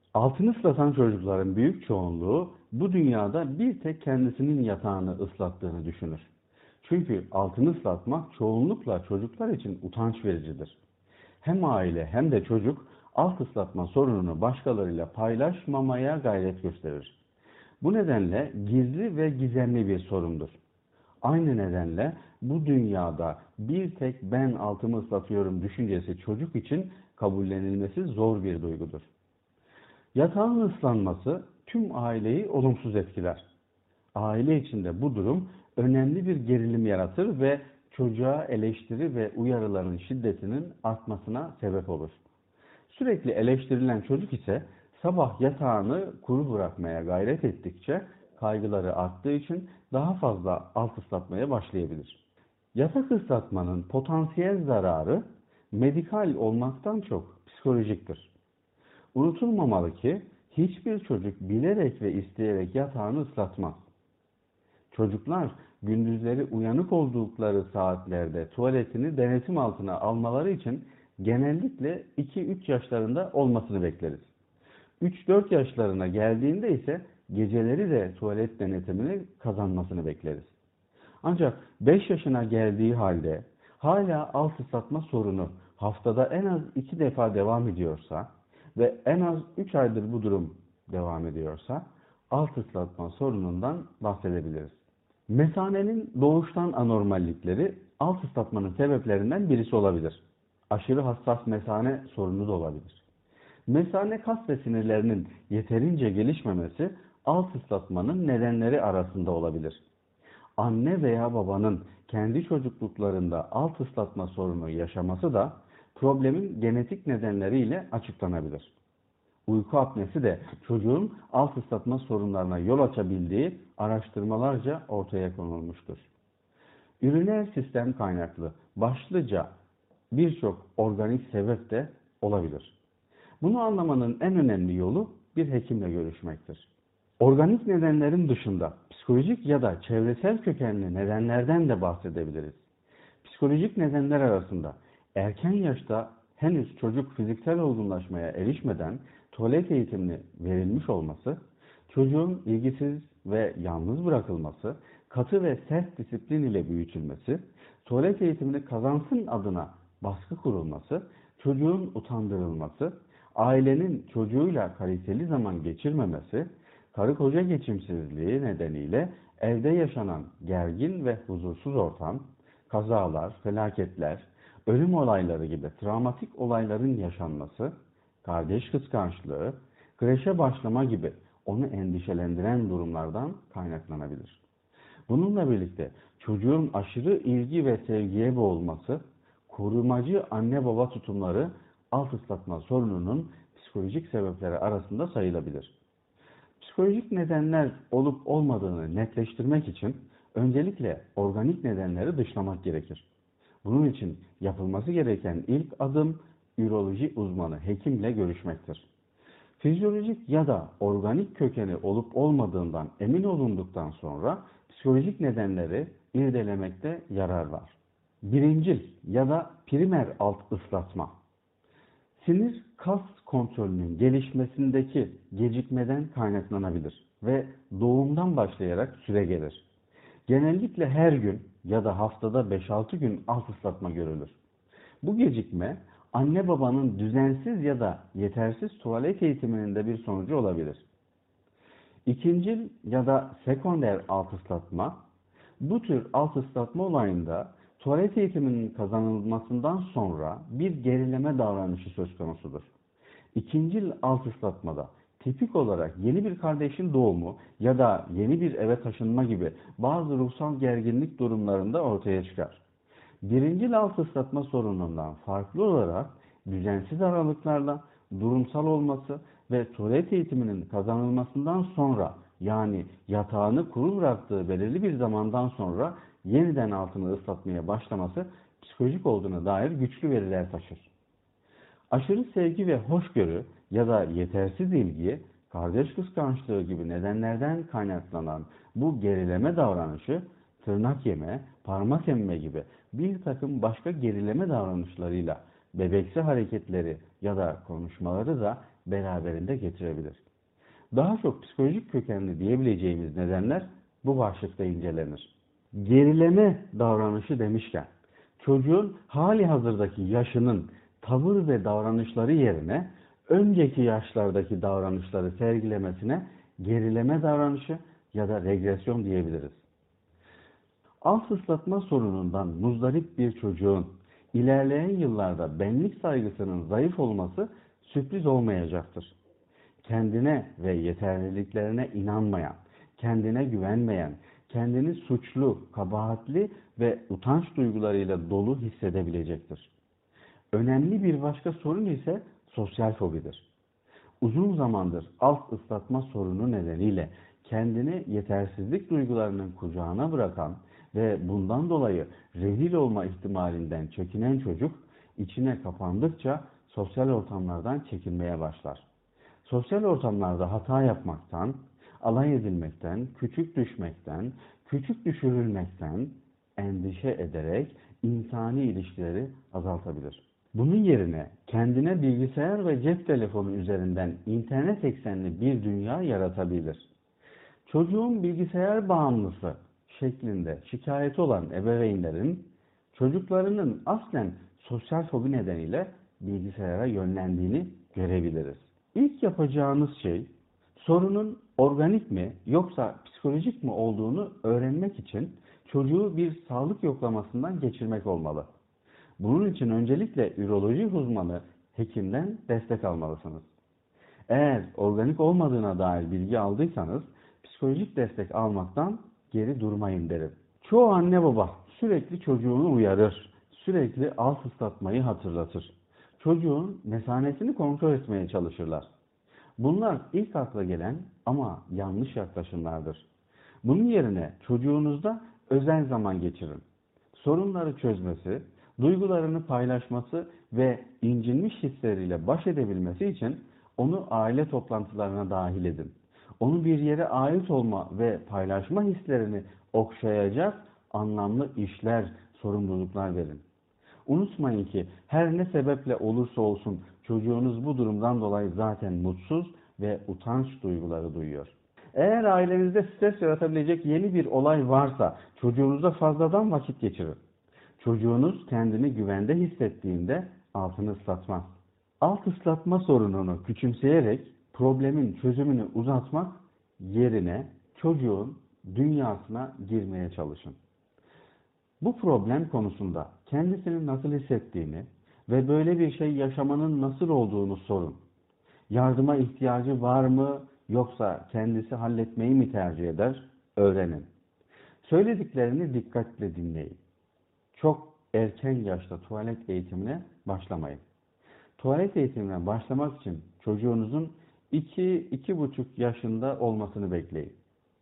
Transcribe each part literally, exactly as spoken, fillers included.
Altını ıslatan çocukların büyük çoğunluğu bu dünyada bir tek kendisinin yatağını ıslattığını düşünür. Çünkü altını ıslatmak çoğunlukla çocuklar için utanç vericidir. Hem aile hem de çocuk alt ıslatma sorununu başkalarıyla paylaşmamaya gayret gösterir. Bu nedenle gizli ve gizemli bir sorundur. Aynı nedenle bu dünyada bir tek ben altımı ıslatıyorum düşüncesi çocuk için kabullenilmesi zor bir duygudur. Yatağın ıslanması tüm aileyi olumsuz etkiler. Aile içinde bu durum önemli bir gerilim yaratır ve çocuğa eleştiri ve uyarıların şiddetinin artmasına sebep olur. Sürekli eleştirilen çocuk ise sabah yatağını kuru bırakmaya gayret ettikçe kaygıları arttığı için daha fazla alt ıslatmaya başlayabilir. Yatak ıslatmanın potansiyel zararı medikal olmaktan çok psikolojiktir. Unutulmamalı ki hiçbir çocuk bilerek ve isteyerek yatağını ıslatmaz. Çocuklar gündüzleri uyanık oldukları saatlerde tuvaletini denetim altına almaları için genellikle iki üç yaşlarında olmasını bekleriz. üç dört yaşlarına geldiğinde ise geceleri de tuvalet denetimini kazanmasını bekleriz. Ancak beş yaşına geldiği halde hala alt ıslatma sorunu haftada en az iki defa devam ediyorsa ve en az üç aydır bu durum devam ediyorsa alt ıslatma sorunundan bahsedebiliriz. Mesanenin doğuştan anormallikleri alt ıslatmanın sebeplerinden birisi olabilir. Aşırı hassas mesane sorunu da olabilir. Mesane kas ve sinirlerinin yeterince gelişmemesi alt ıslatmanın nedenleri arasında olabilir. Anne veya babanın kendi çocukluklarında alt ıslatma sorunu yaşaması da problemin genetik nedenleriyle açıklanabilir. Uyku apnesi de çocuğun alt ıslatma sorunlarına yol açabildiği araştırmalarca ortaya konulmuştur. Üriner sistem kaynaklı başlıca birçok organik sebep de olabilir. Bunu anlamanın en önemli yolu bir hekimle görüşmektir. Organik nedenlerin dışında psikolojik ya da çevresel kökenli nedenlerden de bahsedebiliriz. Psikolojik nedenler arasında erken yaşta henüz çocuk fiziksel olgunlaşmaya erişmeden tuvalet eğitimini verilmiş olması, çocuğun ilgisiz ve yalnız bırakılması, katı ve sert disiplin ile büyütülmesi, tuvalet eğitimini kazansın adına baskı kurulması, çocuğun utandırılması, ailenin çocuğuyla kaliteli zaman geçirmemesi, karı koca geçimsizliği nedeniyle evde yaşanan gergin ve huzursuz ortam, kazalar, felaketler, ölüm olayları gibi travmatik olayların yaşanması, kardeş kıskançlığı, kreşe başlama gibi onu endişelendiren durumlardan kaynaklanabilir. Bununla birlikte çocuğun aşırı ilgi ve sevgiye boğulması, korumacı anne baba tutumları alt ıslatma sorununun psikolojik sebepleri arasında sayılabilir. Psikolojik nedenler olup olmadığını netleştirmek için öncelikle organik nedenleri dışlamak gerekir. Bunun için yapılması gereken ilk adım üroloji uzmanı hekimle görüşmektir. Fizyolojik ya da organik kökeni olup olmadığından emin olunduktan sonra psikolojik nedenleri irdelemekte yarar var. Birincil ya da primer alt ıslatma. Sinir kas kontrolünün gelişmesindeki gecikmeden kaynaklanabilir ve doğumdan başlayarak süregelir. Genellikle her gün ya da haftada beş altı gün alt ıslatma görülür. Bu gecikme anne babanın düzensiz ya da yetersiz tuvalet eğitiminin de bir sonucu olabilir. İkincil ya da sekonder alt ıslatma, bu tür alt ıslatma olayında tuvalet eğitiminin kazanılmasından sonra bir gerileme davranışı söz konusudur. İkincil alt ıslatmada tipik olarak yeni bir kardeşin doğumu ya da yeni bir eve taşınma gibi bazı ruhsal gerginlik durumlarında ortaya çıkar. Birincil alt ıslatma sorunundan farklı olarak düzensiz aralıklarla durumsal olması ve tuvalet eğitiminin kazanılmasından sonra yani yatağını kuru bıraktığı belirli bir zamandan sonra yeniden altını ıslatmaya başlaması psikolojik olduğuna dair güçlü veriler taşır. Aşırı sevgi ve hoşgörü ya da yetersiz ilgi, kardeş kıskançlığı gibi nedenlerden kaynaklanan bu gerileme davranışı, tırnak yeme, parmak emme gibi bir takım başka gerileme davranışlarıyla bebeksi hareketleri ya da konuşmaları da beraberinde getirebilir. Daha çok psikolojik kökenli diyebileceğimiz nedenler bu başlıkta incelenir. Gerileme davranışı demişken, çocuğun hali hazırdaki yaşının tavır ve davranışları yerine önceki yaşlardaki davranışları sergilemesine gerileme davranışı ya da regresyon diyebiliriz. Alt ıslatma sorunundan muzdarip bir çocuğun ilerleyen yıllarda benlik saygısının zayıf olması sürpriz olmayacaktır. Kendine ve yeterliliklerine inanmayan, kendine güvenmeyen, kendini suçlu, kabahatli ve utanç duygularıyla dolu hissedebilecektir. Önemli bir başka sorun ise sosyal fobidir. Uzun zamandır alt ıslatma sorunu nedeniyle kendini yetersizlik duygularının kucağına bırakan ve bundan dolayı rezil olma ihtimalinden çekinen çocuk içine kapandıkça sosyal ortamlardan çekinmeye başlar. Sosyal ortamlarda hata yapmaktan, alay edilmekten, küçük düşmekten, küçük düşürülmekten endişe ederek insani ilişkileri azaltabilir. Bunun yerine kendine bilgisayar ve cep telefonu üzerinden internet eksenli bir dünya yaratabilir. Çocuğun bilgisayar bağımlısı şeklinde şikayeti olan ebeveynlerin çocuklarının aslen sosyal fobi nedeniyle bilgisayara yönlendiğini görebiliriz. İlk yapacağınız şey sorunun organik mi yoksa psikolojik mi olduğunu öğrenmek için çocuğu bir sağlık yoklamasından geçirmek olmalı. Bunun için öncelikle üroloji uzmanı hekimden destek almalısınız. Eğer organik olmadığına dair bilgi aldıysanız psikolojik destek almaktan geri durmayın derim. Çoğu anne baba sürekli çocuğunu uyarır, sürekli alt ıslatmayı hatırlatır. Çocuğun mesanesini kontrol etmeye çalışırlar. Bunlar ilk akla gelen ama yanlış yaklaşımlardır. Bunun yerine çocuğunuzda özel zaman geçirin. Sorunları çözmesi, duygularını paylaşması ve incinmiş hisleriyle baş edebilmesi için onu aile toplantılarına dahil edin. Onu bir yere ait olma ve paylaşma hislerini okşayacak anlamlı işler, sorumluluklar verin. Unutmayın ki her ne sebeple olursa olsun çocuğunuz bu durumdan dolayı zaten mutsuz ve utanç duyguları duyuyor. Eğer ailenizde stres yaratabilecek yeni bir olay varsa çocuğunuzla fazladan vakit geçirin. Çocuğunuz kendini güvende hissettiğinde altını ıslatmaz. Alt ıslatma sorununu küçümseyerek problemin çözümünü uzatmak yerine çocuğun dünyasına girmeye çalışın. Bu problem konusunda kendisini nasıl hissettiğini ve böyle bir şey yaşamanın nasıl olduğunu sorun. Yardıma ihtiyacı var mı yoksa kendisi halletmeyi mi tercih eder? Öğrenin. Söylediklerini dikkatle dinleyin. Çok erken yaşta tuvalet eğitimine başlamayın. Tuvalet eğitimine başlamak için çocuğunuzun iki iki buçuk yaşında olmasını bekleyin.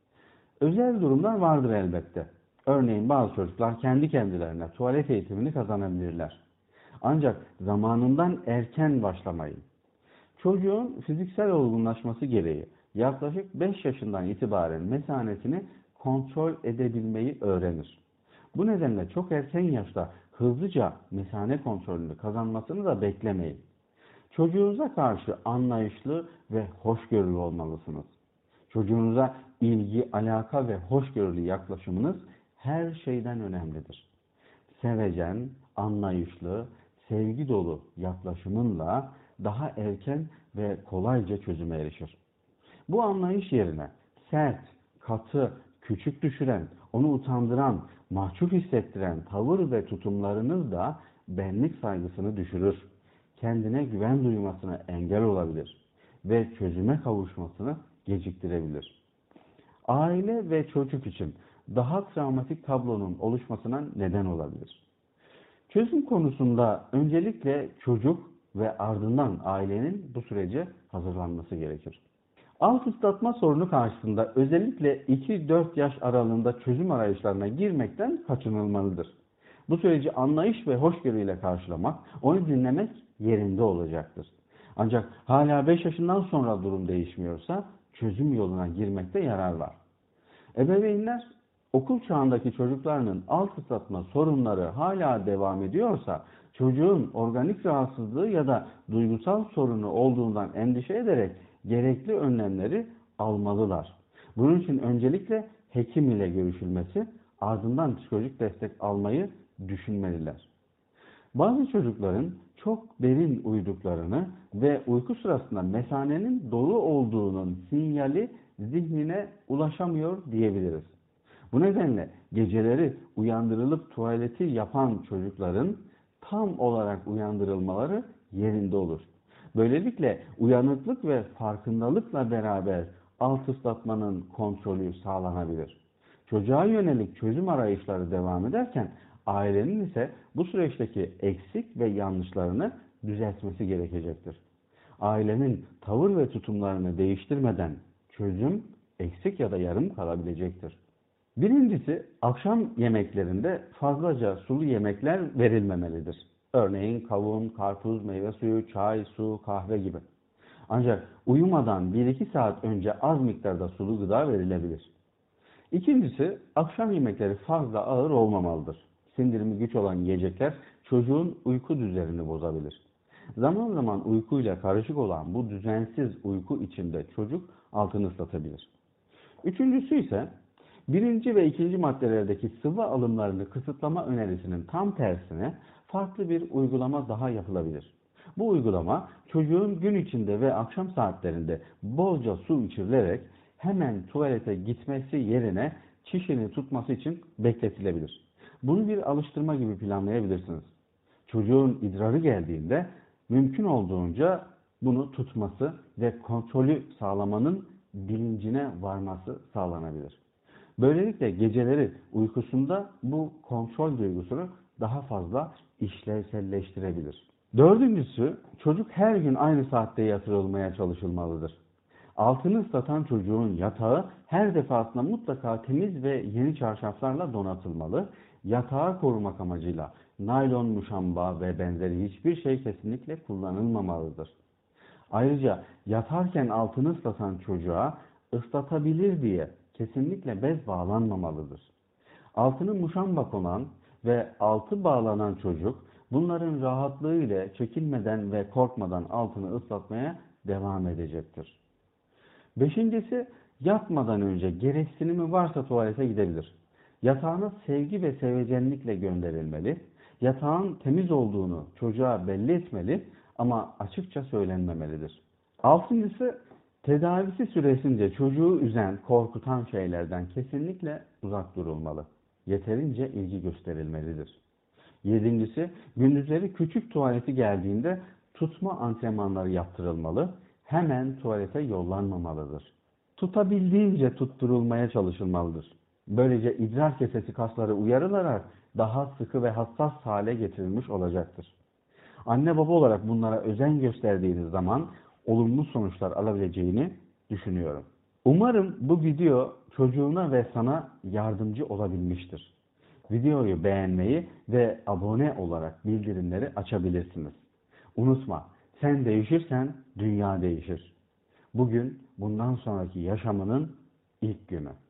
Özel durumlar vardır elbette. Örneğin bazı çocuklar kendi kendilerine tuvalet eğitimini kazanabilirler. Ancak zamanından erken başlamayın. Çocuğun fiziksel olgunlaşması gereği yaklaşık beş yaşından itibaren mesanesini kontrol edebilmeyi öğrenir. Bu nedenle çok erken yaşta hızlıca mesane kontrolünü kazanmasını da beklemeyin. Çocuğunuza karşı anlayışlı ve hoşgörülü olmalısınız. Çocuğunuza ilgi, alaka ve hoşgörülü yaklaşımınız her şeyden önemlidir. Sevecen, anlayışlı, sevgi dolu yaklaşımınla daha erken ve kolayca çözüme erişir. Bu anlayış yerine sert, katı, küçük düşüren, onu utandıran, mahcup hissettiren tavır ve tutumlarınız da benlik saygısını düşürür. Kendine güven duymasına engel olabilir ve çözüme kavuşmasını geciktirebilir. Aile ve çocuk için daha travmatik tablonun oluşmasına neden olabilir. Çözüm konusunda öncelikle çocuk ve ardından ailenin bu sürece hazırlanması gerekir. Alt ıslatma sorunu karşısında özellikle iki dört yaş aralığında çözüm arayışlarına girmekten kaçınılmalıdır. Bu süreci anlayış ve hoşgörüyle karşılamak, onu dinlemek yerinde olacaktır. Ancak hala beş yaşından sonra durum değişmiyorsa çözüm yoluna girmekte yarar var. Ebeveynler okul çağındaki çocuklarının alt ıslatma sorunları hala devam ediyorsa Çocuğun organik rahatsızlığı ya da duygusal sorunu olduğundan endişe ederek gerekli önlemleri almalılar. Bunun için öncelikle hekim ile görüşülmesi, ardından psikolojik destek almayı düşünmeliler. Bazı çocukların çok derin uyuduklarını ve uyku sırasında mesanenin dolu olduğunun sinyali zihnine ulaşamıyor diyebiliriz. Bu nedenle geceleri uyandırılıp tuvaleti yapan çocukların tam olarak uyandırılmaları yerinde olur. Böylelikle uyanıklık ve farkındalıkla beraber alt ıslatmanın kontrolü sağlanabilir. Çocuğa yönelik çözüm arayışları devam ederken ailenin ise bu süreçteki eksik ve yanlışlarını düzeltmesi gerekecektir. Ailenin tavır ve tutumlarını değiştirmeden çözüm eksik ya da yarım kalabilecektir. Birincisi, akşam yemeklerinde fazlaca sulu yemekler verilmemelidir. Örneğin kavun, karpuz, meyve suyu, çay, su, kahve gibi. Ancak uyumadan bir iki saat önce az miktarda sulu gıda verilebilir. İkincisi, akşam yemekleri fazla ağır olmamalıdır. Sindirimi güç olan yiyecekler çocuğun uyku düzenini bozabilir. Zaman zaman uykuyla karışık olan bu düzensiz uyku içinde çocuk altını ıslatabilir. Üçüncüsü ise birinci ve ikinci maddelerdeki sıvı alımlarını kısıtlama önerisinin tam tersine farklı bir uygulama daha yapılabilir. Bu uygulama çocuğun gün içinde ve akşam saatlerinde bolca su içirilerek hemen tuvalete gitmesi yerine çişini tutması için bekletilebilir. Bunu bir alıştırma gibi planlayabilirsiniz. Çocuğun idrarı geldiğinde mümkün olduğunca bunu tutması ve kontrolü sağlamanın bilincine varması sağlanabilir. Böylelikle geceleri uykusunda bu kontrol duygusunu daha fazla işlevselleştirebilir. Dördüncüsü, çocuk her gün aynı saatte yatırılmaya çalışılmalıdır. Altını ıslatan çocuğun yatağı her defasında mutlaka temiz ve yeni çarşaflarla donatılmalı. Yatağı korumak amacıyla naylon, muşamba ve benzeri hiçbir şey kesinlikle kullanılmamalıdır. Ayrıca yatarken altını ıslatan çocuğa ıslatabilir diye kesinlikle bez bağlanmamalıdır. Altını muşamba konan ve altı bağlanan çocuk bunların rahatlığı ile çekinmeden ve korkmadan altını ıslatmaya devam edecektir. Beşincisi, yatmadan önce gereksinimi varsa tuvalete gidebilir. Yatağına sevgi ve sevecenlikle gönderilmeli. Yatağın temiz olduğunu çocuğa belli etmeli ama açıkça söylenmemelidir. Altıncısı, tedavisi süresince çocuğu üzen, korkutan şeylerden kesinlikle uzak durulmalı. Yeterince ilgi gösterilmelidir. Yedincisi, gündüzleri küçük tuvaleti geldiğinde tutma antrenmanları yaptırılmalı. Hemen tuvalete yollanmamalıdır. Tutabildiğince tutturulmaya çalışılmalıdır. Böylece idrar kesesi kasları uyarılarak daha sıkı ve hassas hale getirilmiş olacaktır. Anne baba olarak bunlara özen gösterdiğiniz zaman olumlu sonuçlar alabileceğini düşünüyorum. Umarım bu video çocuğuna ve sana yardımcı olabilmiştir. Videoyu beğenmeyi ve abone olarak bildirimleri açabilirsiniz. Unutma, sen değişirsen dünya değişir. Bugün bundan sonraki yaşamının ilk günü.